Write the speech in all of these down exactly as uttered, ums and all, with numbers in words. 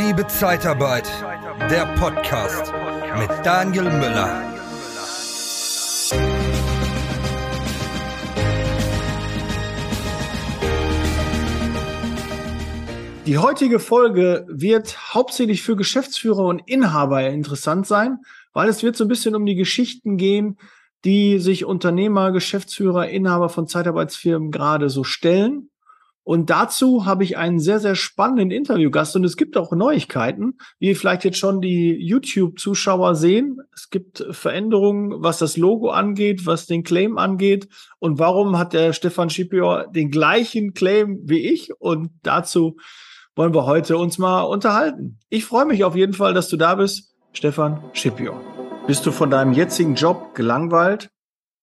Liebe Zeitarbeit, der Podcast mit Daniel Müller. Die heutige Folge wird hauptsächlich für Geschäftsführer und Inhaber interessant sein, weil es wird so ein bisschen um die Geschichten gehen, die sich Unternehmer, Geschäftsführer, Inhaber von Zeitarbeitsfirmen gerade so stellen. Und dazu habe ich einen sehr, sehr spannenden Interviewgast und es gibt auch Neuigkeiten, wie vielleicht jetzt schon die YouTube-Zuschauer sehen. Es gibt Veränderungen, was das Logo angeht, was den Claim angeht. Und warum hat der Stefan Schipior den gleichen Claim wie ich? Und dazu wollen wir heute uns mal unterhalten. Ich freue mich auf jeden Fall, dass du da bist, Stefan Schipior. Bist du von deinem jetzigen Job gelangweilt,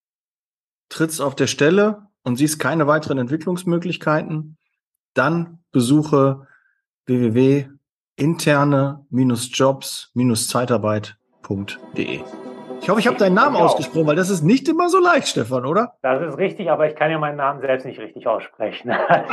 trittst auf der Stelle und siehst keine weiteren Entwicklungsmöglichkeiten? Dann besuche w w w punkt interne Jobs Zeitarbeit punkt de. Ich hoffe, ich habe deinen Namen ausgesprochen, weil das ist nicht immer so leicht, Stefan, oder? Das ist richtig, aber ich kann ja meinen Namen selbst nicht richtig aussprechen.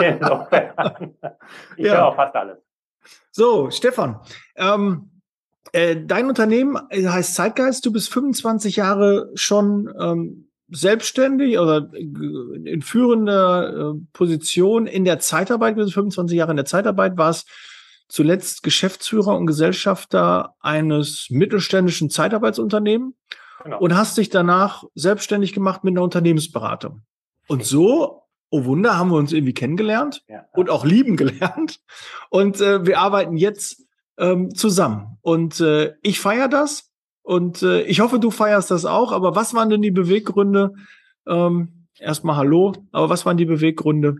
Insofern, ich Ja. höre auch fast alles. So, Stefan, ähm, äh, dein Unternehmen heißt Zeitgeist. Du bist fünfundzwanzig Jahre schon ähm, selbstständig oder in führender äh, Position in der Zeitarbeit. Du bist fünfundzwanzig Jahre in der Zeitarbeit, warst zuletzt Geschäftsführer und Gesellschafter eines mittelständischen Zeitarbeitsunternehmens. Genau. Und hast dich danach selbstständig gemacht mit einer Unternehmensberatung. Und so, oh Wunder, haben wir uns irgendwie kennengelernt ja, und auch lieben gelernt. Und äh, wir arbeiten jetzt ähm, zusammen. Und äh, ich feiere das. Und äh, ich hoffe, du feierst das auch. Aber was waren denn die Beweggründe? Ähm, erstmal hallo. Aber was waren die Beweggründe,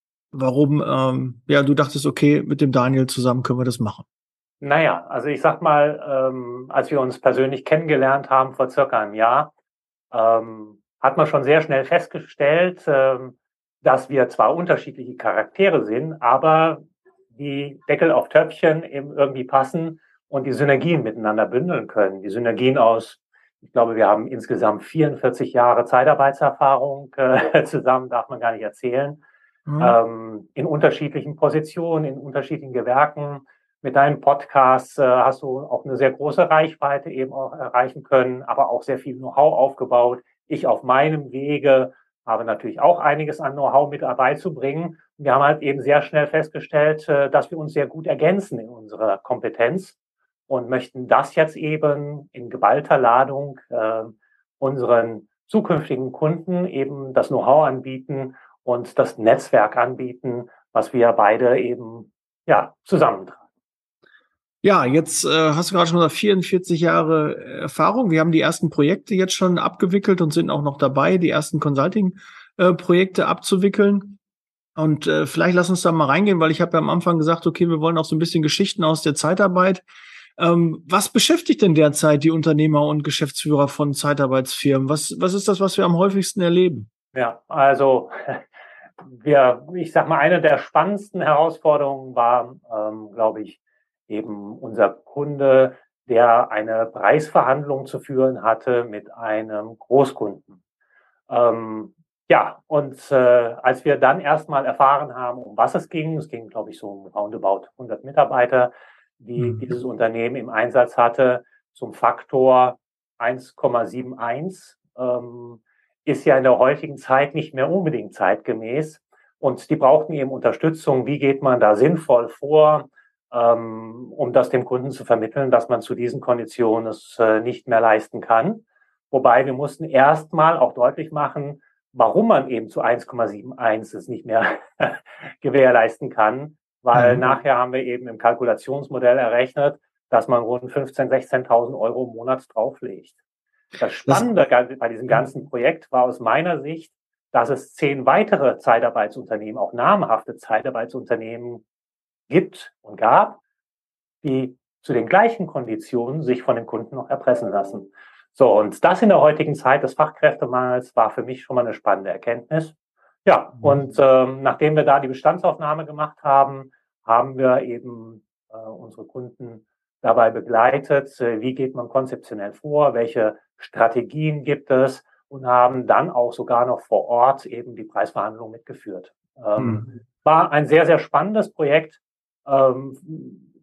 warum ähm, ja du dachtest, okay, mit dem Daniel zusammen können wir das machen? Naja, also ich sag mal, ähm, als wir uns persönlich kennengelernt haben vor circa einem Jahr, ähm, hat man schon sehr schnell festgestellt, ähm, dass wir zwar unterschiedliche Charaktere sind, aber die Deckel auf Töpfchen eben irgendwie passen und die Synergien miteinander bündeln können. Die Synergien aus, ich glaube, wir haben insgesamt vierundvierzig Jahre Zeitarbeitserfahrung äh, zusammen, darf man gar nicht erzählen, mhm. ähm, in unterschiedlichen Positionen, in unterschiedlichen Gewerken. Mit deinem Podcast äh, hast du auch eine sehr große Reichweite eben auch erreichen können, aber auch sehr viel Know-how aufgebaut. Ich auf meinem Wege habe natürlich auch einiges an Know-how mit dabei zu bringen. Wir haben halt eben sehr schnell festgestellt, äh, dass wir uns sehr gut ergänzen in unserer Kompetenz und möchten das jetzt eben in geballter Ladung äh, unseren zukünftigen Kunden eben das Know-how anbieten und das Netzwerk anbieten, was wir beide eben ja zusammentragen. Ja, jetzt äh, hast du gerade schon gesagt, vierundvierzig Jahre Erfahrung. Wir haben die ersten Projekte jetzt schon abgewickelt und sind auch noch dabei, die ersten Consulting-Projekte äh, abzuwickeln. Und äh, vielleicht lass uns da mal reingehen, weil ich habe ja am Anfang gesagt, okay, wir wollen auch so ein bisschen Geschichten aus der Zeitarbeit. Ähm, was beschäftigt denn derzeit die Unternehmer und Geschäftsführer von Zeitarbeitsfirmen? Was, was ist das, was wir am häufigsten erleben? Ja, also wir, ich sag mal, eine der spannendsten Herausforderungen war, ähm, glaube ich, eben unser Kunde, der eine Preisverhandlung zu führen hatte mit einem Großkunden. Ähm, ja, und äh, als wir dann erstmal erfahren haben, um was es ging, es ging, glaube ich, so um roundabout hundert Mitarbeiter, die mhm. dieses Unternehmen im Einsatz hatte, zum Faktor eins Komma einundsiebzig, ähm, ist ja in der heutigen Zeit nicht mehr unbedingt zeitgemäß. Und die brauchten eben Unterstützung. Wie geht man da sinnvoll vor? Um das dem Kunden zu vermitteln, dass man zu diesen Konditionen es äh, nicht mehr leisten kann. Wobei wir mussten erstmal auch deutlich machen, warum man eben zu eins Komma einundsiebzig es nicht mehr gewährleisten kann, weil mhm. nachher haben wir eben im Kalkulationsmodell errechnet, dass man rund fünfzehntausend, sechzehntausend Euro im Monat drauflegt. Das Spannende das bei diesem ganzen Projekt war aus meiner Sicht, dass es zehn weitere Zeitarbeitsunternehmen, auch namhafte Zeitarbeitsunternehmen gibt und gab, die zu den gleichen Konditionen sich von den Kunden noch erpressen lassen. So, und das in der heutigen Zeit des Fachkräftemangels war für mich schon mal eine spannende Erkenntnis. Ja, mhm. und ähm, nachdem wir da die Bestandsaufnahme gemacht haben, haben wir eben äh, unsere Kunden dabei begleitet, äh, wie geht man konzeptionell vor, welche Strategien gibt es und haben dann auch sogar noch vor Ort eben die Preisverhandlungen mitgeführt. Ähm, mhm. War ein sehr, sehr spannendes Projekt. Ähm,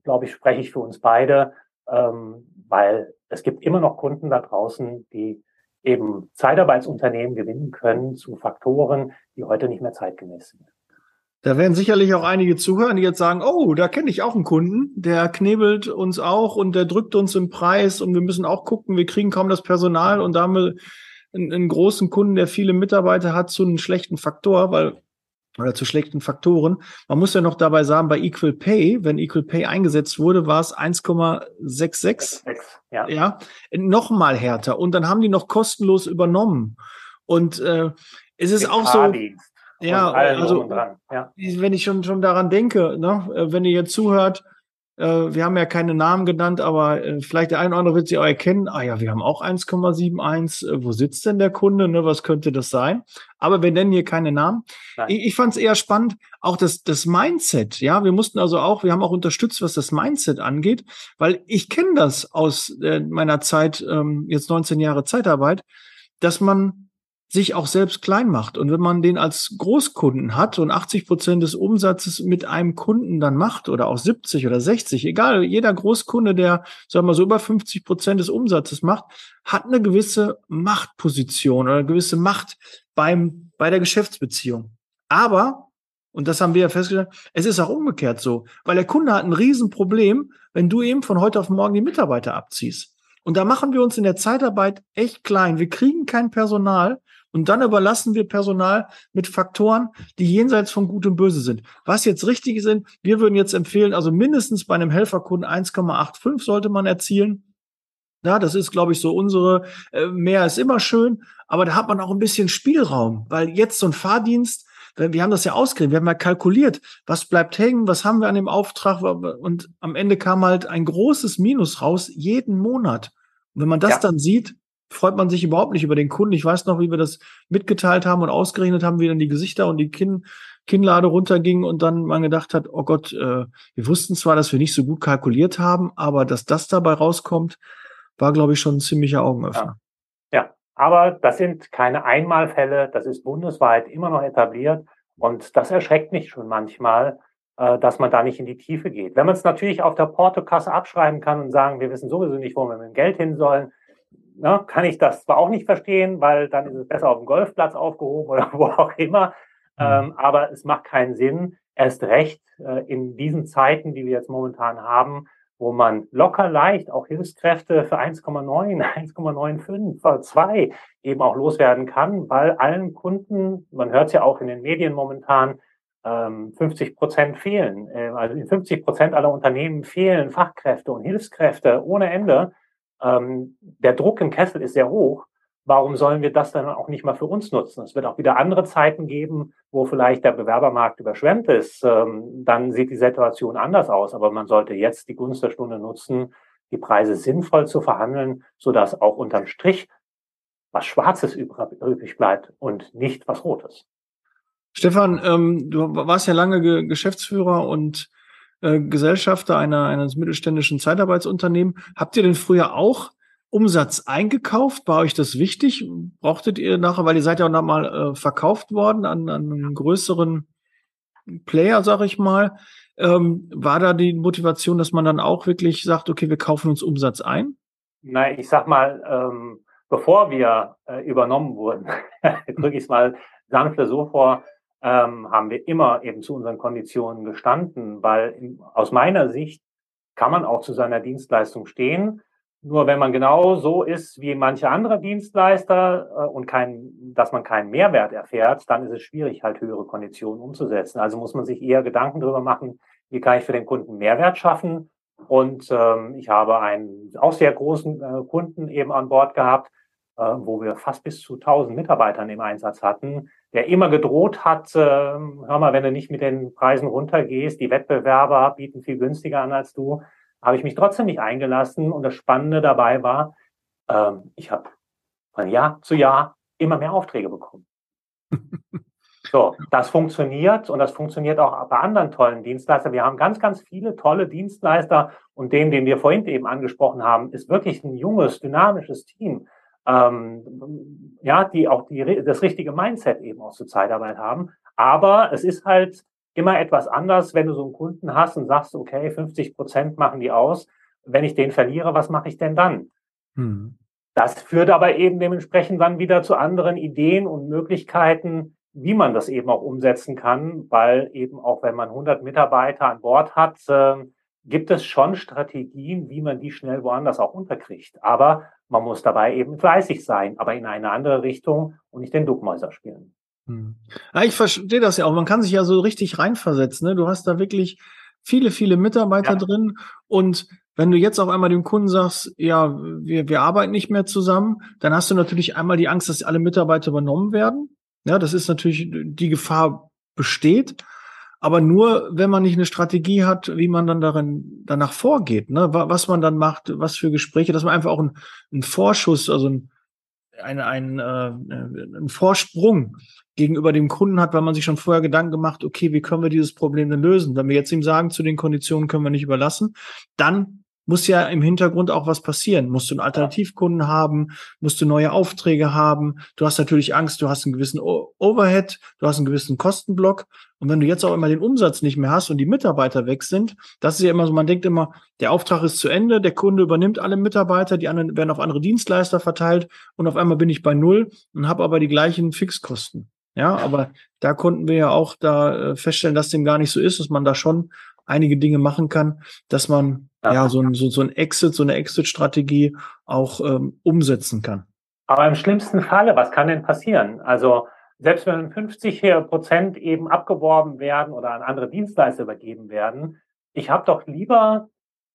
glaube ich, spreche ich für uns beide, ähm, weil es gibt immer noch Kunden da draußen, die eben Zeitarbeitsunternehmen gewinnen können zu Faktoren, die heute nicht mehr zeitgemäß sind. Da werden sicherlich auch einige zuhören, die jetzt sagen, oh, da kenne ich auch einen Kunden, der knebelt uns auch und der drückt uns im Preis und wir müssen auch gucken, wir kriegen kaum das Personal und da haben wir einen, einen großen Kunden, der viele Mitarbeiter hat, zu einem schlechten Faktor, weil oder zu schlechten Faktoren. Man muss ja noch dabei sagen, bei Equal Pay, wenn Equal Pay eingesetzt wurde, war es eins Komma sechs sechs. Ja. Ja, noch mal härter. Und dann haben die noch kostenlos übernommen. Und äh, es ist Mit auch so, Fahrdienst ja, also dran. Ja. wenn ich schon schon daran denke, ne, wenn ihr jetzt zuhört, äh, wir haben ja keine Namen genannt, aber äh, vielleicht der eine oder andere wird sie auch erkennen. Ah ja, wir haben auch eins Komma siebenundsiebzig. Äh, wo sitzt denn der Kunde? Ne, was könnte das sein? Aber wir nennen hier keine Namen. Nein. Ich, ich fand es eher spannend, auch das, das Mindset. Ja, wir mussten also auch, wir haben auch unterstützt, was das Mindset angeht, weil ich kenne das aus äh, meiner Zeit, ähm, jetzt neunzehn Jahre Zeitarbeit, dass man sich auch selbst klein macht. Und wenn man den als Großkunden hat und achtzig Prozent des Umsatzes mit einem Kunden dann macht oder auch siebzig oder sechzig, egal, jeder Großkunde, der, sagen wir mal, so über fünfzig Prozent des Umsatzes macht, hat eine gewisse Machtposition oder eine gewisse Macht beim, bei der Geschäftsbeziehung. Aber, und das haben wir ja festgestellt, es ist auch umgekehrt so, weil der Kunde hat ein Riesenproblem, wenn du eben von heute auf morgen die Mitarbeiter abziehst. Und da machen wir uns in der Zeitarbeit echt klein. Wir kriegen kein Personal und dann überlassen wir Personal mit Faktoren, die jenseits von Gut und Böse sind. Was jetzt richtig sind, wir würden jetzt empfehlen, also mindestens bei einem Helferkunden eins Komma fünfundachtzig sollte man erzielen. Ja, das ist, glaube ich, so unsere, äh, mehr ist immer schön, aber da hat man auch ein bisschen Spielraum, weil jetzt so ein Fahrdienst, wir haben das ja ausgerechnet, wir haben ja kalkuliert, was bleibt hängen, was haben wir an dem Auftrag und am Ende kam halt ein großes Minus raus, jeden Monat. Und wenn man das ja. dann sieht, freut man sich überhaupt nicht über den Kunden. Ich weiß noch, wie wir das mitgeteilt haben und ausgerechnet haben, wie dann die Gesichter und die Kinn, Kinnlade runtergingen und dann man gedacht hat, oh Gott, äh, wir wussten zwar, dass wir nicht so gut kalkuliert haben, aber dass das dabei rauskommt, war, glaube ich, schon ein ziemlicher Augenöffner. Ja. ja, aber das sind keine Einmalfälle, das ist bundesweit immer noch etabliert und das erschreckt mich schon manchmal, äh, dass man da nicht in die Tiefe geht. Wenn man es natürlich auf der Portokasse abschreiben kann und sagen, wir wissen sowieso nicht, wo wir mit dem Geld hin sollen, ne, kann ich das zwar auch nicht verstehen, weil dann ist es besser auf dem Golfplatz aufgehoben oder wo auch immer, mhm. ähm, aber es macht keinen Sinn, erst recht äh, in diesen Zeiten, die wir jetzt momentan haben, wo man locker leicht auch Hilfskräfte für eins Komma neun, eins Komma fünfundneunzig, zwei eben auch loswerden kann, weil allen Kunden, man hört es ja auch in den Medien momentan, ähm, fünfzig Prozent fehlen. Äh, also in fünfzig Prozent aller Unternehmen fehlen Fachkräfte und Hilfskräfte ohne Ende. Ähm, der Druck im Kessel ist sehr hoch. Warum sollen wir das dann auch nicht mal für uns nutzen? Es wird auch wieder andere Zeiten geben, wo vielleicht der Bewerbermarkt überschwemmt ist. Ähm, dann sieht die Situation anders aus. Aber man sollte jetzt die Gunst der Stunde nutzen, die Preise sinnvoll zu verhandeln, sodass auch unterm Strich was Schwarzes übrig bleibt und nicht was Rotes. Stefan, ähm, du warst ja lange Ge- Geschäftsführer und äh, Gesellschafter einer, eines mittelständischen Zeitarbeitsunternehmens. Habt ihr denn früher auch Umsatz eingekauft? War euch das wichtig? Brauchtet ihr nachher, weil ihr seid ja auch noch mal äh, verkauft worden an, an einen größeren Player, sag ich mal. Ähm, war da die Motivation, dass man dann auch wirklich sagt, okay, wir kaufen uns Umsatz ein? Nein, ich sag mal, ähm, bevor wir äh, übernommen wurden, drücke ich es mal sanfter so vor, ähm, haben wir immer eben zu unseren Konditionen gestanden, weil in, aus meiner Sicht kann man auch zu seiner Dienstleistung stehen. Nur wenn man genau so ist wie manche andere Dienstleister äh, und kein, dass man keinen Mehrwert erfährt, dann ist es schwierig, halt höhere Konditionen umzusetzen. Also muss man sich eher Gedanken darüber machen, wie kann ich für den Kunden Mehrwert schaffen. Und ähm, ich habe einen auch sehr großen äh, Kunden eben an Bord gehabt, äh, wo wir fast bis zu tausend Mitarbeitern im Einsatz hatten, der immer gedroht hat, äh, hör mal, wenn du nicht mit den Preisen runtergehst, die Wettbewerber bieten viel günstiger an als du, habe ich mich trotzdem nicht eingelassen. Und das Spannende dabei war, ähm, ich habe von Jahr zu Jahr immer mehr Aufträge bekommen. So, das funktioniert und das funktioniert auch bei anderen tollen Dienstleistern. Wir haben ganz, ganz viele tolle Dienstleister und den, den wir vorhin eben angesprochen haben, ist wirklich ein junges, dynamisches Team, ähm, ja, die auch die, das richtige Mindset eben auch zur Zeitarbeit haben. Aber es ist halt immer etwas anders, wenn du so einen Kunden hast und sagst, okay, fünfzig Prozent machen die aus. Wenn ich den verliere, was mache ich denn dann? Hm. Das führt aber eben dementsprechend dann wieder zu anderen Ideen und Möglichkeiten, wie man das eben auch umsetzen kann, weil eben auch wenn man hundert Mitarbeiter an Bord hat, äh, gibt es schon Strategien, wie man die schnell woanders auch unterkriegt. Aber man muss dabei eben fleißig sein, aber in eine andere Richtung und nicht den Duckmäuser spielen. Hm. Ja, ich verstehe das ja auch. Man kann sich ja so richtig reinversetzen, ne? Du hast da wirklich viele, viele Mitarbeiter Ja. drin. Und wenn du jetzt auf einmal dem Kunden sagst, ja, wir, wir arbeiten nicht mehr zusammen, dann hast du natürlich einmal die Angst, dass alle Mitarbeiter übernommen werden. Ja, das ist natürlich, die Gefahr besteht. Aber nur, wenn man nicht eine Strategie hat, wie man dann darin, danach vorgeht, ne? Was man dann macht, was für Gespräche, dass man einfach auch einen, einen Vorschuss, also ein, ein, ein, äh, einen Vorsprung gegenüber dem Kunden hat, weil man sich schon vorher Gedanken gemacht, okay, wie können wir dieses Problem denn lösen? Wenn wir jetzt ihm sagen, zu den Konditionen können wir nicht überlassen, dann muss ja im Hintergrund auch was passieren. Musst du einen Alternativkunden haben, musst du neue Aufträge haben. Du hast natürlich Angst, du hast einen gewissen O- Overhead, du hast einen gewissen Kostenblock. Und wenn du jetzt auch immer den Umsatz nicht mehr hast und die Mitarbeiter weg sind, das ist ja immer so, man denkt immer, der Auftrag ist zu Ende, der Kunde übernimmt alle Mitarbeiter, die anderen werden auf andere Dienstleister verteilt und auf einmal bin ich bei Null und habe aber die gleichen Fixkosten. Ja, aber da konnten wir ja auch da äh, feststellen, dass dem gar nicht so ist, dass man da schon einige Dinge machen kann, dass man ja, ja so ein, so, so ein Exit, so eine Exit-Strategie auch ähm, umsetzen kann. Aber im schlimmsten Falle, was kann denn passieren? Also selbst wenn fünfzig Prozent eben abgeworben werden oder an andere Dienstleister übergeben werden, ich habe doch lieber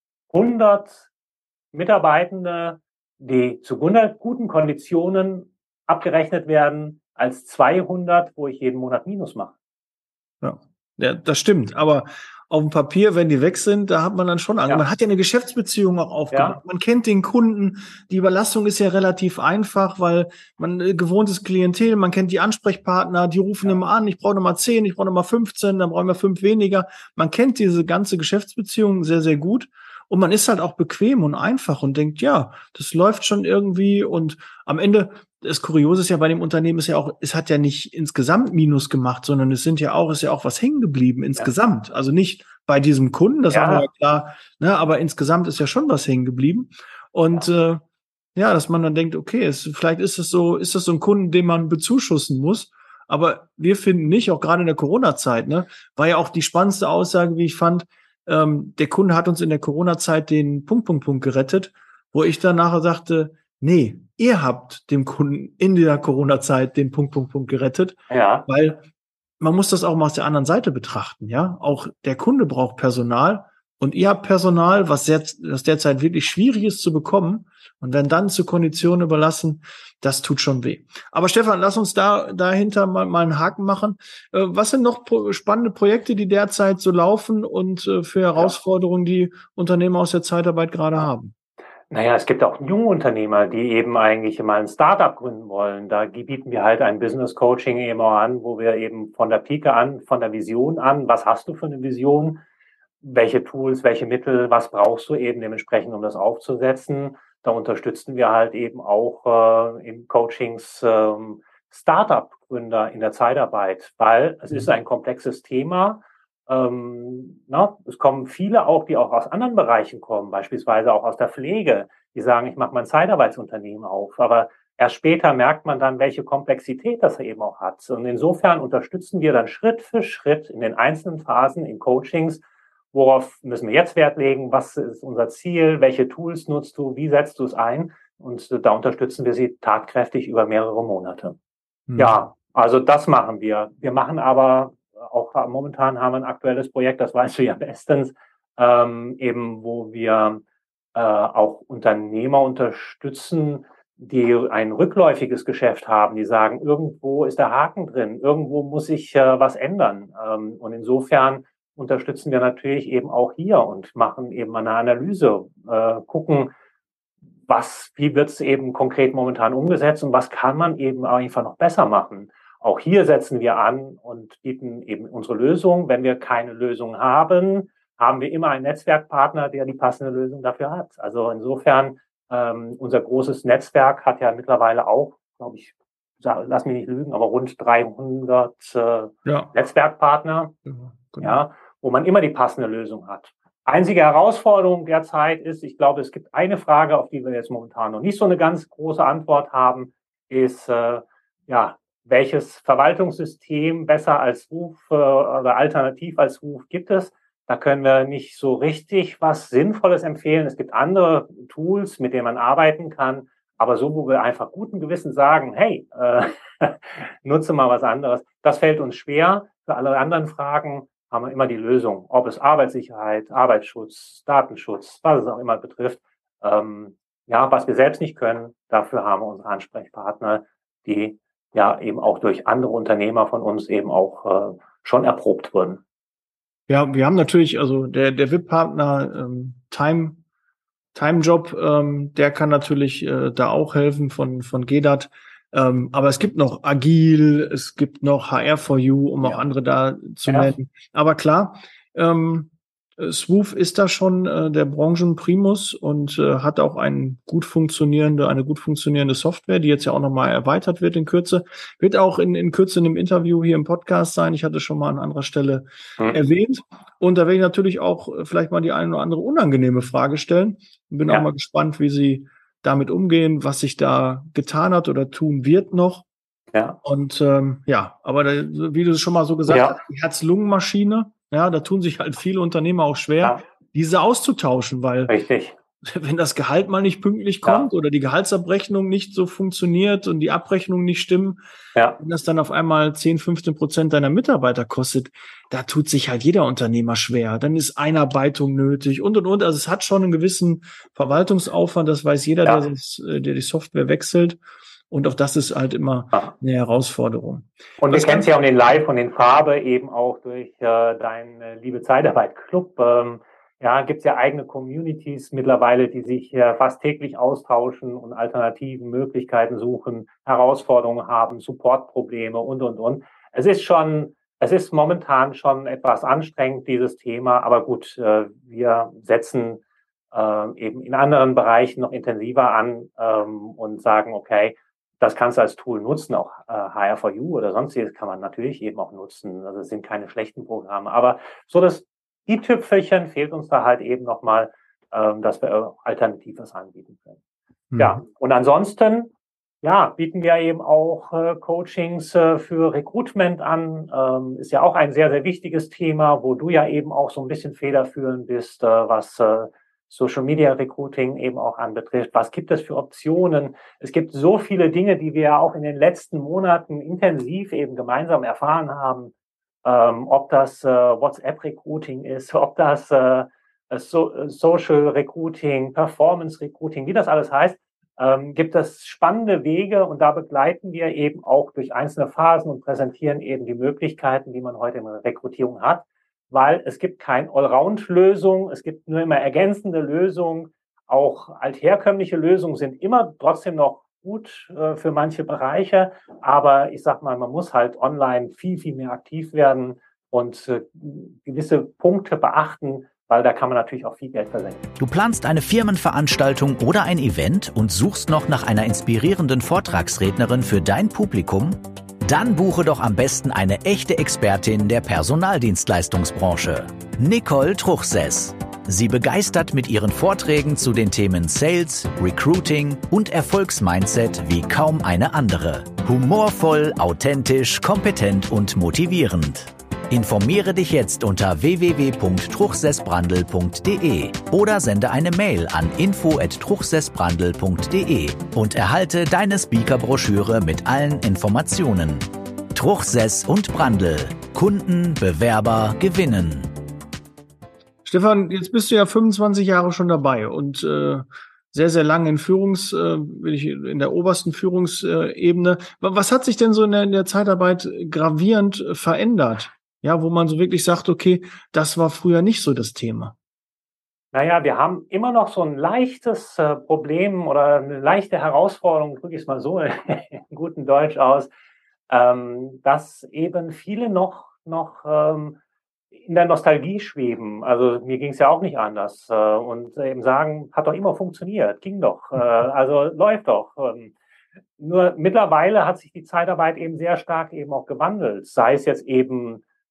hundert Mitarbeitende, die zu guten Konditionen abgerechnet werden, als zweihundert, wo ich jeden Monat Minus mache. Ja, ja, das stimmt. Aber auf dem Papier, wenn die weg sind, da hat man dann schon Angst. Ja. Man hat ja eine Geschäftsbeziehung auch aufgebaut. Ja. Man kennt den Kunden. Die Überlastung ist ja relativ einfach, weil man äh, gewohntes Klientel, man kennt die Ansprechpartner, die rufen ja. immer an, ich brauche nochmal zehn, ich brauche nochmal fünfzehn, dann brauchen wir fünf weniger. Man kennt diese ganze Geschäftsbeziehung sehr, sehr gut. Und man ist halt auch bequem und einfach und denkt, ja, das läuft schon irgendwie. Und am Ende, das Kuriose ist ja bei dem Unternehmen ist ja auch, es hat ja nicht insgesamt Minus gemacht, sondern es sind ja auch, ist ja auch was hängen geblieben insgesamt. Ja. Also nicht bei diesem Kunden, das ja. haben wir ja klar, ne, aber insgesamt ist ja schon was hängen geblieben. Und ja, äh, ja dass man dann denkt, okay, es, vielleicht ist es so, ist das so ein Kunden, den man bezuschussen muss. Aber wir finden nicht, auch gerade in der Corona-Zeit, ne, war ja auch die spannendste Aussage, wie ich fand, ähm, der Kunde hat uns in der Corona-Zeit den Punkt, Punkt, Punkt gerettet, wo ich dann nachher sagte, nee, ihr habt dem Kunden in der Corona-Zeit den Punkt, Punkt, Punkt gerettet, ja. Weil man muss das auch mal aus der anderen Seite betrachten, ja. Auch der Kunde braucht Personal und ihr habt Personal, was, sehr, was derzeit wirklich schwierig ist zu bekommen und werden dann zu Konditionen überlassen, das tut schon weh. Aber Stefan, lass uns da dahinter mal, mal einen Haken machen. Äh, was sind noch pro, spannende Projekte, die derzeit so laufen und äh, für Herausforderungen, die Unternehmer aus der Zeitarbeit gerade haben? Naja, es gibt auch junge Unternehmer, die eben eigentlich mal ein Startup gründen wollen. Da bieten wir halt ein Business Coaching eben auch an, wo wir eben von der Pike an, von der Vision an, was hast du für eine Vision, welche Tools, welche Mittel, was brauchst du eben dementsprechend, um das aufzusetzen. Da unterstützen wir halt eben auch äh, in Coachings äh, Startup-Gründer in der Zeitarbeit, weil es ist ein komplexes Thema. Ähm, na, es kommen viele auch, die auch aus anderen Bereichen kommen, beispielsweise auch aus der Pflege, die sagen, ich mache mein Zeitarbeitsunternehmen auf. Aber erst später merkt man dann, welche Komplexität das eben auch hat. Und insofern unterstützen wir dann Schritt für Schritt in den einzelnen Phasen in Coachings, worauf müssen wir jetzt Wert legen, was ist unser Ziel, welche Tools nutzt du, wie setzt du es ein? Und da unterstützen wir sie tatkräftig über mehrere Monate. Hm. Ja, also das machen wir. Wir machen aber auch momentan haben wir ein aktuelles Projekt, das weißt du ja bestens, ähm, eben wo wir äh, auch Unternehmer unterstützen, die ein rückläufiges Geschäft haben, die sagen, irgendwo ist der Haken drin, irgendwo muss ich äh, was ändern. Ähm, und insofern unterstützen wir natürlich eben auch hier und machen eben eine Analyse, äh, gucken, was, wie wird es eben konkret momentan umgesetzt und was kann man eben einfach noch besser machen. Auch hier setzen wir an und bieten eben unsere Lösung. Wenn wir keine Lösung haben, haben wir immer einen Netzwerkpartner, der die passende Lösung dafür hat. Also insofern, ähm, unser großes Netzwerk hat ja mittlerweile auch, glaube ich, lass mich nicht lügen, aber rund dreihundert äh, ja. Netzwerkpartner. Ja. genau. Ja, wo man immer die passende Lösung hat. Einzige Herausforderung derzeit ist, ich glaube, es gibt eine Frage, auf die wir jetzt momentan noch nicht so eine ganz große Antwort haben, ist, äh, ja, welches Verwaltungssystem besser als Ruf äh, oder alternativ als Ruf gibt es? Da können wir nicht so richtig was Sinnvolles empfehlen. Es gibt andere Tools, mit denen man arbeiten kann, aber so, wo wir einfach guten Gewissens sagen, hey, äh, nutze mal was anderes. Das fällt uns schwer. Für alle anderen Fragen haben wir immer die Lösung, ob es Arbeitssicherheit, Arbeitsschutz, Datenschutz, was es auch immer betrifft. Ähm, ja, was wir selbst nicht können, dafür haben wir unsere Ansprechpartner, die ja eben auch durch andere Unternehmer von uns eben auch äh, schon erprobt wurden. Ja, wir haben natürlich, also der, der W I P-Partner ähm, Time, Timejob, ähm, der kann natürlich äh, da auch helfen von, von G D A T. Ähm, aber es gibt noch Agil, es gibt noch H R for You, um Ja. auch andere da zu Ja. nennen. Aber klar, ähm, Swoof ist da schon äh, der Branchenprimus und äh, hat auch ein gut funktionierende, eine gut funktionierende Software, die jetzt ja auch nochmal erweitert wird in Kürze. Wird auch in, in Kürze in einem Interview hier im Podcast sein. Ich hatte schon mal an anderer Stelle Hm. erwähnt. Und da werde ich natürlich auch äh, vielleicht mal die eine oder andere unangenehme Frage stellen. Und bin Ja. auch mal gespannt, wie Sie damit umgehen, was sich da getan hat oder tun wird noch. Ja. Und ähm, ja, aber da, wie du es schon mal so gesagt Ja. hast, die Herz-Lungen-Maschine, ja, da tun sich halt viele Unternehmer auch schwer, Ja. diese auszutauschen, weil Richtig. wenn das Gehalt mal nicht pünktlich Ja. kommt oder die Gehaltsabrechnung nicht so funktioniert und die Abrechnungen nicht stimmen, Ja. wenn das dann auf einmal zehn, fünfzehn Prozent deiner Mitarbeiter kostet, da tut sich halt jeder Unternehmer schwer. Dann ist Einarbeitung nötig und, und, und. Also es hat schon einen gewissen Verwaltungsaufwand, das weiß jeder, Ja. der, das, der die Software wechselt. Und auch das ist halt immer Ja. eine Herausforderung. Und Was wir kennen es kann- ja um den Live und den Farbe eben auch durch äh, deinen äh, Liebe Zeitarbeit Club. Ähm, ja, gibt es ja eigene Communities mittlerweile, die sich äh, fast täglich austauschen und Alternativen, Möglichkeiten suchen, Herausforderungen haben, Supportprobleme und, und, und. Es ist schon, es ist momentan schon etwas anstrengend, dieses Thema. Aber gut, äh, wir setzen äh, eben in anderen Bereichen noch intensiver an ähm, und sagen, okay, das kannst du als Tool nutzen, auch äh, H R for You oder sonstiges kann man natürlich eben auch nutzen. Also es sind keine schlechten Programme. Aber so das i-Tüpfelchen fehlt uns da halt eben nochmal, ähm, dass wir äh, Alternatives anbieten können. Mhm. Ja, und ansonsten, ja, bieten wir eben auch äh, Coachings äh, für Recruitment an. Ähm, ist ja auch ein sehr, sehr wichtiges Thema, wo du ja eben auch so ein bisschen federführend bist, äh, was äh, Social Media Recruiting eben auch anbetrifft. Was gibt es für Optionen? Es gibt so viele Dinge, die wir auch in den letzten Monaten intensiv eben gemeinsam erfahren haben. Ähm, ob das äh, WhatsApp Recruiting ist, ob das äh, so, Social Recruiting, Performance Recruiting, wie das alles heißt, ähm, gibt es spannende Wege und da begleiten wir eben auch durch einzelne Phasen und präsentieren eben die Möglichkeiten, die man heute in der Rekrutierung hat. Weil es gibt keine Allround-Lösung, es gibt nur immer ergänzende Lösungen. Auch altherkömmliche Lösungen sind immer trotzdem noch gut äh, für manche Bereiche. Aber ich sag mal, man muss halt online viel, viel mehr aktiv werden und äh, gewisse Punkte beachten, weil da kann man natürlich auch viel Geld versenken. Du planst eine Firmenveranstaltung oder ein Event und suchst noch nach einer inspirierenden Vortragsrednerin für dein Publikum? Dann buche doch am besten eine echte Expertin der Personaldienstleistungsbranche, Nicole Truchsess. Sie begeistert mit ihren Vorträgen zu den Themen Sales, Recruiting und Erfolgsmindset wie kaum eine andere. Humorvoll, authentisch, kompetent und motivierend. Informiere dich jetzt unter w w w punkt truchsessbrandl punkt d e oder sende eine Mail an info at truchsessbrandl punkt d e und erhalte deine Speakerbroschüre mit allen Informationen. Truchsess und Brandl. Kunden, Bewerber gewinnen. Stefan, jetzt bist du ja fünfundzwanzig Jahre schon dabei und äh, sehr, sehr lange in Führungs, äh, bin ich in der obersten Führungsebene. Was hat sich denn so in der, in der Zeitarbeit gravierend verändert? Ja, wo man so wirklich sagt, okay, das war früher nicht so das Thema. Naja, wir haben immer noch so ein leichtes äh, Problem oder eine leichte Herausforderung, drücke ich es mal so in gutem Deutsch aus, ähm, dass eben viele noch, noch ähm, in der Nostalgie schweben. Also mir ging es ja auch nicht anders. Äh, und eben sagen, hat doch immer funktioniert, ging doch, äh, also läuft doch. Ähm, nur mittlerweile hat sich die Zeitarbeit eben sehr stark eben auch gewandelt. Sei es jetzt eben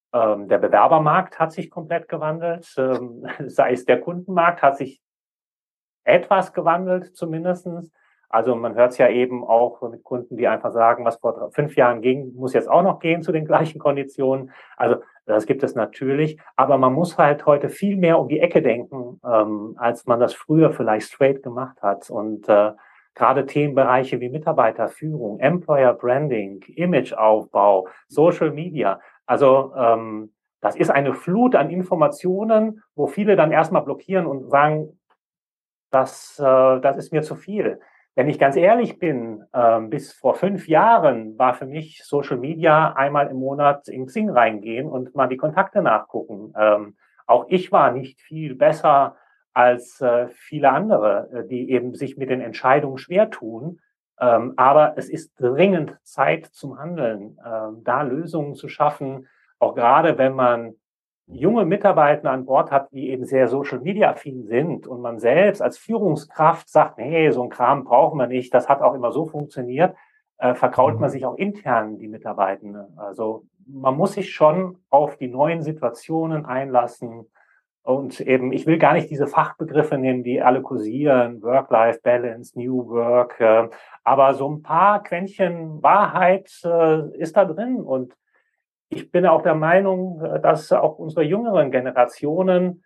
Ähm, der Bewerbermarkt hat sich komplett gewandelt, ähm, sei es der Kundenmarkt hat sich etwas gewandelt zumindestens. Also man hört es ja eben auch mit Kunden, die einfach sagen, was vor fünf Jahren ging, muss jetzt auch noch gehen zu den gleichen Konditionen. Also das gibt es natürlich, aber man muss halt heute viel mehr um die Ecke denken, ähm, als man das früher vielleicht straight gemacht hat. Und äh, gerade Themenbereiche wie Mitarbeiterführung, Employer Branding, Imageaufbau, Social Media, also ähm, das ist eine Flut an Informationen, wo viele dann erstmal blockieren und sagen, das, äh, das ist mir zu viel. Wenn ich ganz ehrlich bin, ähm, bis vor fünf Jahren war für mich Social Media einmal im Monat in Xing reingehen und mal die Kontakte nachgucken. Ähm, auch ich war nicht viel besser als äh, viele andere, äh, die eben sich mit den Entscheidungen schwer tun. Ähm, aber es ist dringend Zeit zum Handeln, ähm, da Lösungen zu schaffen, auch gerade wenn man junge Mitarbeiter an Bord hat, die eben sehr Social-Media-affin sind und man selbst als Führungskraft sagt, nee, so ein Kram brauchen wir nicht, das hat auch immer so funktioniert, äh, vertraut man sich auch intern die Mitarbeiter. Also man muss sich schon auf die neuen Situationen einlassen und eben, ich will gar nicht diese Fachbegriffe nehmen, die alle kursieren, Work-Life-Balance, New Work, äh, aber so ein paar Quäntchen Wahrheit äh, ist da drin und ich bin auch der Meinung, dass auch unsere jüngeren Generationen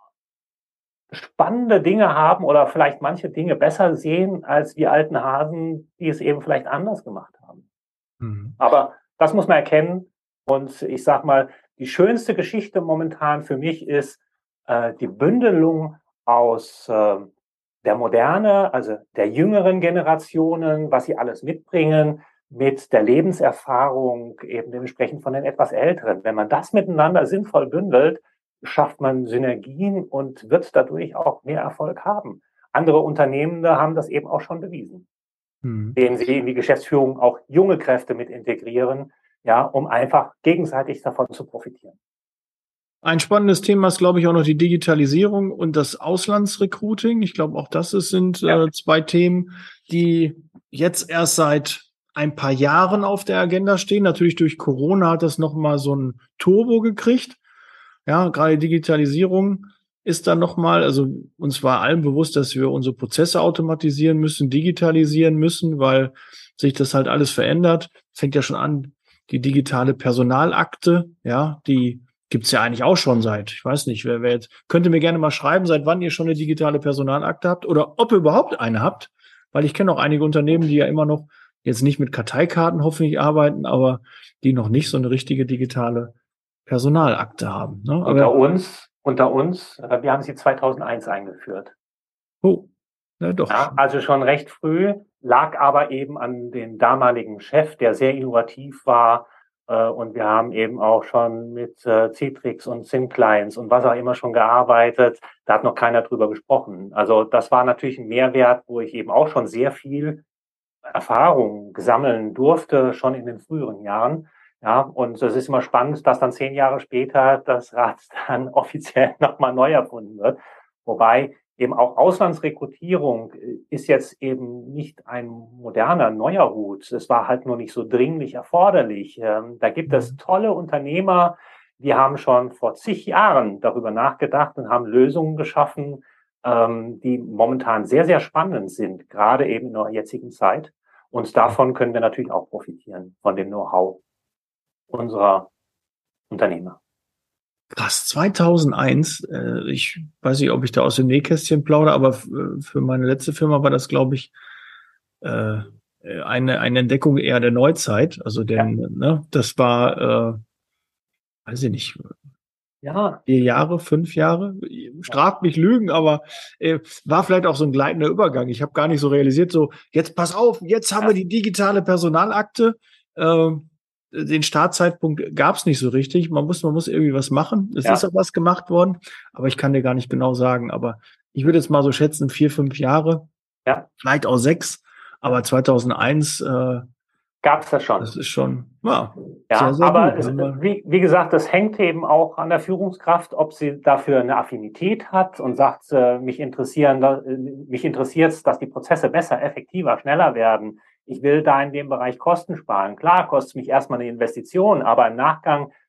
spannende Dinge haben oder vielleicht manche Dinge besser sehen als wir alten Hasen, die es eben vielleicht anders gemacht haben. Mhm. Aber das muss man erkennen. Und ich sag mal, die schönste Geschichte momentan für mich ist äh, die Bündelung aus äh, der Moderne, also der jüngeren Generationen, was sie alles mitbringen, mit der Lebenserfahrung eben dementsprechend von den etwas Älteren. Wenn man das miteinander sinnvoll bündelt, schafft man Synergien und wird dadurch auch mehr Erfolg haben. Andere Unternehmende haben das eben auch schon bewiesen, hm. indem sie in die Geschäftsführung auch junge Kräfte mit integrieren, ja, um einfach gegenseitig davon zu profitieren. Ein spannendes Thema ist, glaube ich, auch noch die Digitalisierung und das Auslandsrecruiting. Ich glaube, auch das sind ja. äh, zwei Themen, die jetzt erst seit ein paar Jahren auf der Agenda stehen. Natürlich durch Corona hat das nochmal so ein Turbo gekriegt. Ja, gerade Digitalisierung ist dann nochmal, also uns war allen bewusst, dass wir unsere Prozesse automatisieren müssen, digitalisieren müssen, weil sich das halt alles verändert. Fängt ja schon an, die digitale Personalakte, ja, die gibt's ja eigentlich auch schon seit, ich weiß nicht, wer, wer jetzt, könnt ihr mir gerne mal schreiben, seit wann ihr schon eine digitale Personalakte habt oder ob ihr überhaupt eine habt, weil ich kenne auch einige Unternehmen, die ja immer noch jetzt nicht mit Karteikarten hoffentlich arbeiten, aber die noch nicht so eine richtige digitale Personalakte haben. Ne? Unter aber, uns, unter uns, wir haben sie zweitausendeins eingeführt. Oh, ja doch. Ja, also schon recht früh, lag aber eben an den damaligen Chef, der sehr innovativ war. Äh, und wir haben eben auch schon mit äh, Citrix und Syn-Clients und was auch immer schon gearbeitet. Da hat noch keiner drüber gesprochen. Also das war natürlich ein Mehrwert, wo ich eben auch schon sehr viel Erfahrung sammeln durfte, schon in den früheren Jahren. Ja, und es ist immer spannend, dass dann zehn Jahre später das Rad dann offiziell nochmal neu erfunden wird. Wobei eben auch Auslandsrekrutierung ist jetzt eben nicht ein moderner, neuer Hut. Es war halt nur nicht so dringlich erforderlich. Da gibt es tolle Unternehmer, die haben schon vor zig Jahren darüber nachgedacht und haben Lösungen geschaffen, die momentan sehr, sehr spannend sind, gerade eben in der jetzigen Zeit. Und davon können wir natürlich auch profitieren, von dem Know-how unserer Unternehmer. Krass, zweitausendeins, äh, ich weiß nicht, ob ich da aus dem Nähkästchen plaudere, aber f- für meine letzte Firma war das, glaube ich, äh, eine, eine Entdeckung eher der Neuzeit. Also denn, ja. ne, das war, äh, weiß ich nicht, ja. vier Jahre, fünf Jahre, straft mich Lügen, aber äh, war vielleicht auch so ein gleitender Übergang. Ich habe gar nicht so realisiert, so jetzt pass auf, jetzt haben ja. wir die digitale Personalakte. Äh, den Startzeitpunkt gab es nicht so richtig. Man muss, man muss irgendwie was machen. Es ja. ist auch was gemacht worden, aber ich kann dir gar nicht genau sagen. Aber ich würde jetzt mal so schätzen, vier, fünf Jahre, ja. vielleicht auch sechs. Aber zweitausendeins äh, gab es das schon. Das ist schon, ja, ja sehr, sehr aber gut. Es, wie, wie gesagt, das hängt eben auch an der Führungskraft, ob sie dafür eine Affinität hat und sagt, äh, mich interessieren, äh, mich interessiert es, dass die Prozesse besser, effektiver, schneller werden. Ich will da in dem Bereich Kosten sparen. Klar, kostet mich erstmal eine Investition, aber im Nachgang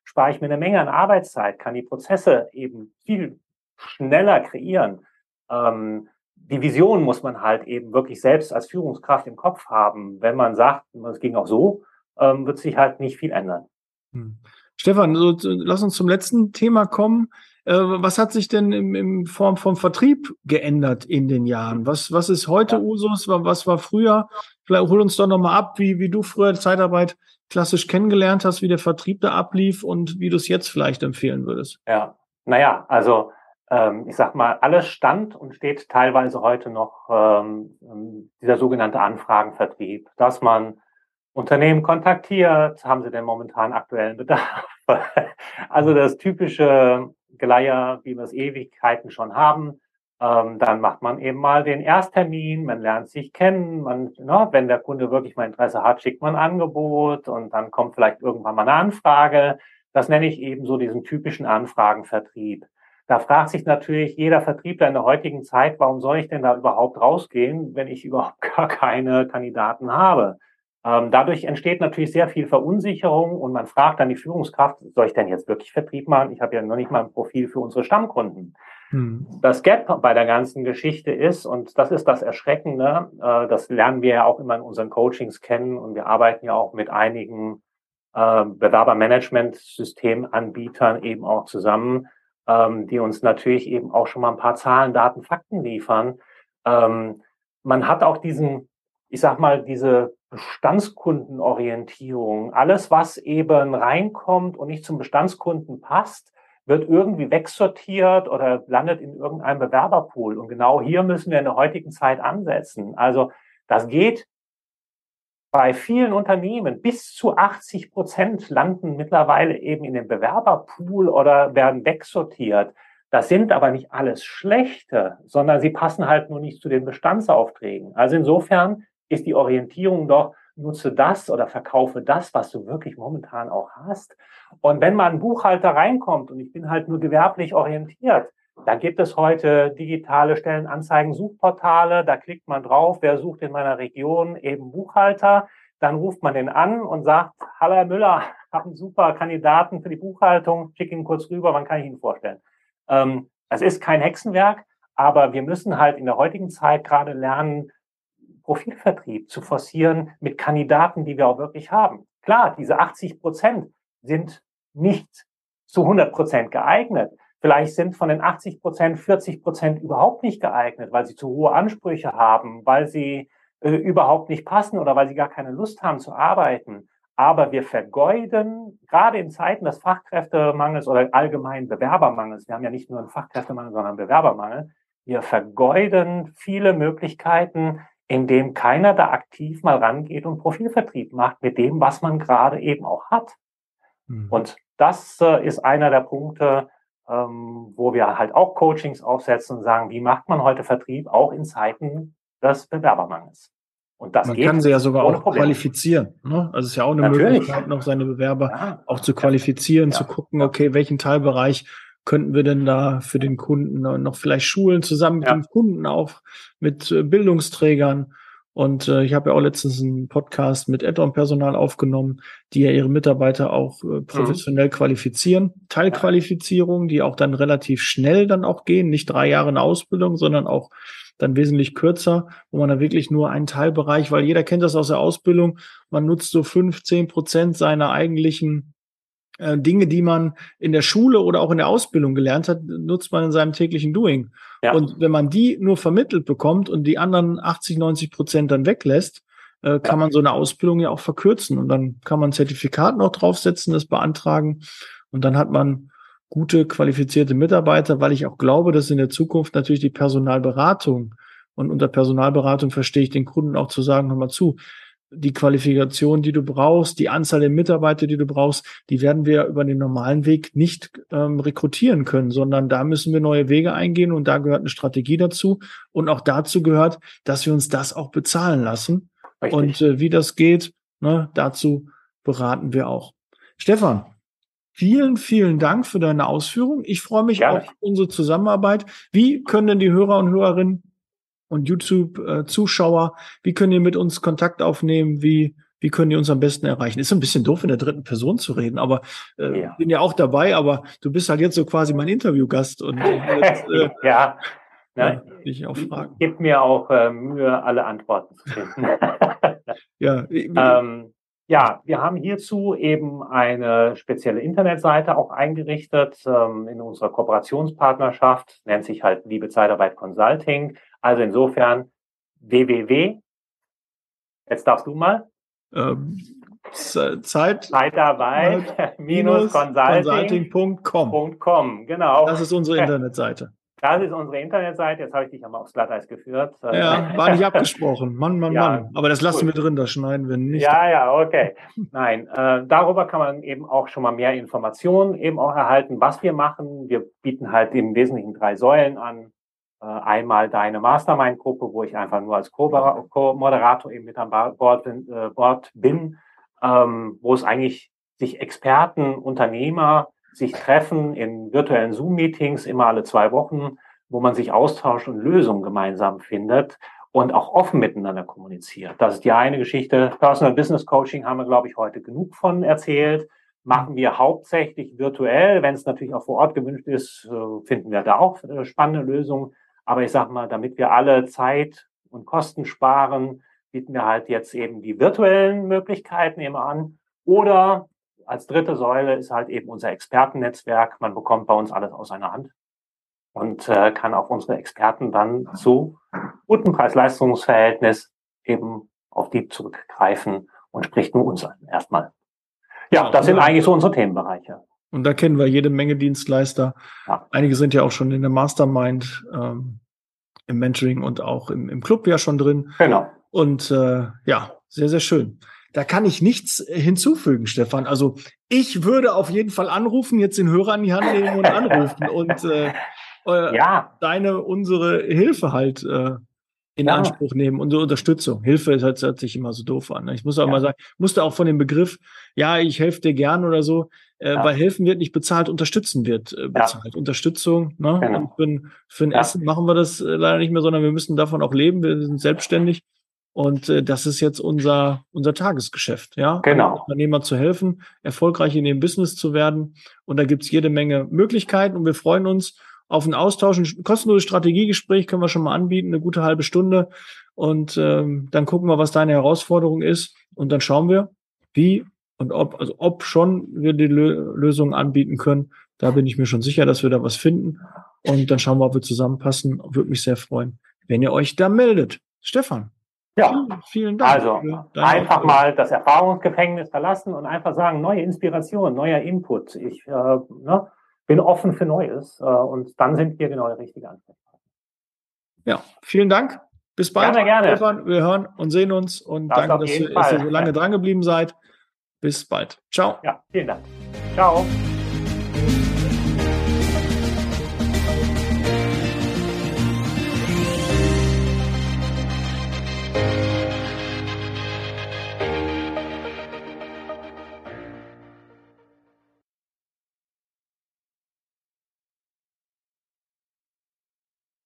spare ich mir eine Menge an Arbeitszeit, kann die Prozesse eben viel schneller kreieren. Ähm, die Vision muss man halt eben wirklich selbst als Führungskraft im Kopf haben. Wenn man sagt, es ging auch so, ähm, wird sich halt nicht viel ändern. Hm. Stefan, so, lass uns zum letzten Thema kommen. Äh, was hat sich denn in, in Form vom Vertrieb geändert in den Jahren? Was, was ist heute ja. Usus? Was war früher? Vielleicht hol uns doch nochmal ab, wie, wie du früher Zeitarbeit klassisch kennengelernt hast, wie der Vertrieb da ablief und wie du es jetzt vielleicht empfehlen würdest. Ja, naja, also ähm, ich sag mal, alles stand und steht teilweise heute noch ähm, dieser sogenannte Anfragenvertrieb, dass man Unternehmen kontaktiert, haben sie denn momentan aktuellen Bedarf? Also das typische Geleier, wie wir es Ewigkeiten schon haben. Ähm, dann macht man eben mal den Ersttermin, man lernt sich kennen, man, ne, wenn der Kunde wirklich mal Interesse hat, schickt man ein Angebot und dann kommt vielleicht irgendwann mal eine Anfrage. Das nenne ich eben so diesen typischen Anfragenvertrieb. Da fragt sich natürlich jeder Vertriebler in der heutigen Zeit, warum soll ich denn da überhaupt rausgehen, wenn ich überhaupt gar keine Kandidaten habe? Ähm, dadurch entsteht natürlich sehr viel Verunsicherung und man fragt dann die Führungskraft, soll ich denn jetzt wirklich Vertrieb machen? Ich habe ja noch nicht mal ein Profil für unsere Stammkunden. Hm. Das Gap bei der ganzen Geschichte ist, und das ist das Erschreckende, äh, das lernen wir ja auch immer in unseren Coachings kennen und wir arbeiten ja auch mit einigen äh, Bewerbermanagement-Systemanbietern eben auch zusammen, ähm, die uns natürlich eben auch schon mal ein paar Zahlen, Daten, Fakten liefern. Ähm, man hat auch diesen, ich sag mal, diese Bestandskundenorientierung. Alles, was eben reinkommt und nicht zum Bestandskunden passt, wird irgendwie wegsortiert oder landet in irgendeinem Bewerberpool. Und genau hier müssen wir in der heutigen Zeit ansetzen. Also das geht bei vielen Unternehmen. Bis zu achtzig Prozent landen mittlerweile eben in dem Bewerberpool oder werden wegsortiert. Das sind aber nicht alles schlechte, sondern sie passen halt nur nicht zu den Bestandsaufträgen. Also insofern ist die Orientierung doch, nutze das oder verkaufe das, was du wirklich momentan auch hast. Und wenn mal ein Buchhalter reinkommt und ich bin halt nur gewerblich orientiert, da gibt es heute digitale Stellenanzeigen, Suchportale, da klickt man drauf, wer sucht in meiner Region eben Buchhalter, dann ruft man den an und sagt, hallo Herr Müller, ich habe einen super Kandidaten für die Buchhaltung, schick ihn kurz rüber, wann kann ich ihn vorstellen? Ähm, es ist kein Hexenwerk, aber wir müssen halt in der heutigen Zeit gerade lernen, Profilvertrieb zu forcieren mit Kandidaten, die wir auch wirklich haben. Klar, diese achtzig Prozent sind nicht zu hundert Prozent geeignet. Vielleicht sind von den achtzig Prozent vierzig Prozent überhaupt nicht geeignet, weil sie zu hohe Ansprüche haben, weil sie äh, überhaupt nicht passen oder weil sie gar keine Lust haben zu arbeiten. Aber wir vergeuden, gerade in Zeiten des Fachkräftemangels oder allgemeinen Bewerbermangels, wir haben ja nicht nur einen Fachkräftemangel, sondern einen Bewerbermangel, wir vergeuden viele Möglichkeiten, indem keiner da aktiv mal rangeht und Profilvertrieb macht mit dem, was man gerade eben auch hat. Mhm. Und das äh, ist einer der Punkte, ähm, wo wir halt auch Coachings aufsetzen und sagen, wie macht man heute Vertrieb auch in Zeiten des Bewerbermangels? Und das man geht kann sie ja sogar auch Probleme. qualifizieren. Ne? Also es ist ja auch eine Natürlich. Möglichkeit, noch seine Bewerber ja. auch zu qualifizieren, ja. zu gucken, okay, welchen Teilbereich könnten wir denn da für den Kunden noch vielleicht schulen, zusammen mit ja. dem Kunden auch, mit äh, Bildungsträgern. Und äh, ich habe ja auch letztens einen Podcast mit Add-on-Personal aufgenommen, die ja ihre Mitarbeiter auch äh, professionell mhm. qualifizieren. Teilqualifizierung, die auch dann relativ schnell dann auch gehen, nicht drei Jahre in Ausbildung, sondern auch dann wesentlich kürzer, wo man da wirklich nur einen Teilbereich, weil jeder kennt das aus der Ausbildung, man nutzt so fünf, zehn Prozent seiner eigentlichen Dinge, die man in der Schule oder auch in der Ausbildung gelernt hat, nutzt man in seinem täglichen Doing. Ja. Und wenn man die nur vermittelt bekommt und die anderen achtzig, neunzig Prozent dann weglässt, äh, kann ja. man so eine Ausbildung ja auch verkürzen. Und dann kann man ein Zertifikat noch draufsetzen, das beantragen. Und dann hat man gute, qualifizierte Mitarbeiter, weil ich auch glaube, dass in der Zukunft natürlich die Personalberatung, und unter Personalberatung verstehe ich den Kunden auch zu sagen, hör mal zu, die Qualifikation, die du brauchst, die Anzahl der Mitarbeiter, die du brauchst, die werden wir über den normalen Weg nicht ähm, rekrutieren können, sondern da müssen wir neue Wege eingehen und da gehört eine Strategie dazu und auch dazu gehört, dass wir uns das auch bezahlen lassen. Richtig. Und äh, wie das geht, ne, dazu beraten wir auch. Stefan, vielen, vielen Dank für deine Ausführung. Ich freue mich Gerne. auf unsere Zusammenarbeit. Wie können denn die Hörer und Hörerinnen und YouTube-Zuschauer, wie können ihr mit uns Kontakt aufnehmen? Wie wie können die uns am besten erreichen? Ist so ein bisschen doof, in der dritten Person zu reden, aber äh, Ja. bin ja auch dabei, aber du bist halt jetzt so quasi mein Interviewgast und jetzt, äh, ja, ja, ne? ich auch fragen. Gibt mir auch äh, Mühe, alle Antworten zu finden. Ja, ähm, ja, wir haben hierzu eben eine spezielle Internetseite auch eingerichtet ähm, in unserer Kooperationspartnerschaft, nennt sich halt Liebe Zeitarbeit Consulting. Also insofern www. Jetzt darfst du mal. ähm, Zeit Zeitarbeit-Consulting Punkt com. Genau. Das ist unsere Internetseite. Das ist unsere Internetseite. Jetzt habe ich dich einmal aufs Glatteis geführt. Ja, war nicht abgesprochen. Mann, Mann, Ja, Mann. Aber das lassen gut. wir drin, das schneiden wir nicht. Ja, ja, okay. Nein, äh, darüber kann man eben auch schon mal mehr Informationen eben auch erhalten, was wir machen. Wir bieten halt im Wesentlichen drei Säulen an. Äh, einmal deine Mastermind-Gruppe, wo ich einfach nur als Co-Moderator eben mit an Bord bin, äh, Bord bin ähm, wo es eigentlich sich Experten, Unternehmer sich treffen in virtuellen Zoom-Meetings immer alle zwei Wochen, wo man sich austauscht und Lösungen gemeinsam findet und auch offen miteinander kommuniziert. Das ist die eine Geschichte. Personal Business Coaching haben wir, glaube ich, heute genug von erzählt. Machen wir hauptsächlich virtuell. Wenn es natürlich auch vor Ort gewünscht ist, finden wir da auch spannende Lösungen. Aber ich sage mal, damit wir alle Zeit und Kosten sparen, bieten wir halt jetzt eben die virtuellen Möglichkeiten eben an. Oder als dritte Säule ist halt eben unser Expertennetzwerk. Man bekommt bei uns alles aus einer Hand und äh, kann auf unsere Experten dann zu gutem Preis-Leistungs-Verhältnis eben auf die zurückgreifen und spricht nur uns an erstmal. Ja, das sind eigentlich so unsere Themenbereiche. Und da kennen wir jede Menge Dienstleister. Ja. Einige sind ja auch schon in der Mastermind, ähm, im Mentoring und auch im, im Club ja schon drin. Genau. Und äh, ja, sehr, sehr schön. Da kann ich nichts hinzufügen, Stefan. Also ich würde auf jeden Fall anrufen, jetzt den Hörer an die Hand nehmen und anrufen und äh, äh, ja. deine, unsere Hilfe halt äh, in ja. Anspruch nehmen, unsere Unterstützung. Hilfe ist halt, hört sich immer so doof an. Ne? Ich muss auch ja. mal sagen, musste auch von dem Begriff, ja, ich helfe dir gern oder so, äh, ja. weil helfen wird nicht bezahlt, unterstützen wird äh, bezahlt. Ja. Unterstützung, ne? Genau. Und für ein, für ein ja. Essen machen wir das äh, leider nicht mehr, sondern wir müssen davon auch leben. Wir sind selbstständig. Und äh, das ist jetzt unser unser Tagesgeschäft, ja. Genau. Unternehmer zu helfen, erfolgreich in dem Business zu werden. Und da gibt's jede Menge Möglichkeiten und wir freuen uns auf einen Austausch. Ein kostenloses Strategiegespräch können wir schon mal anbieten, eine gute halbe Stunde. Und ähm, dann gucken wir, was deine Herausforderung ist. Und dann schauen wir, wie und ob, also ob schon wir die Lö- Lösungen anbieten können. Da bin ich mir schon sicher, dass wir da was finden. Und dann schauen wir, ob wir zusammenpassen. Würde mich sehr freuen, wenn ihr euch da meldet. Stefan. Ja, vielen, vielen Dank. Also einfach Aufgabe. Mal das Erfahrungsgefängnis verlassen und einfach sagen, neue Inspiration, neuer Input. Ich äh, ne, bin offen für Neues äh, und dann sind wir genau der richtige Ansprechpartner. Ja, vielen Dank. Bis bald. Gerne, gerne. Stefan, wir hören und sehen uns und das danke, dass ihr, dass ihr so lange ja. dran geblieben seid. Bis bald. Ciao. Ja, vielen Dank. Ciao.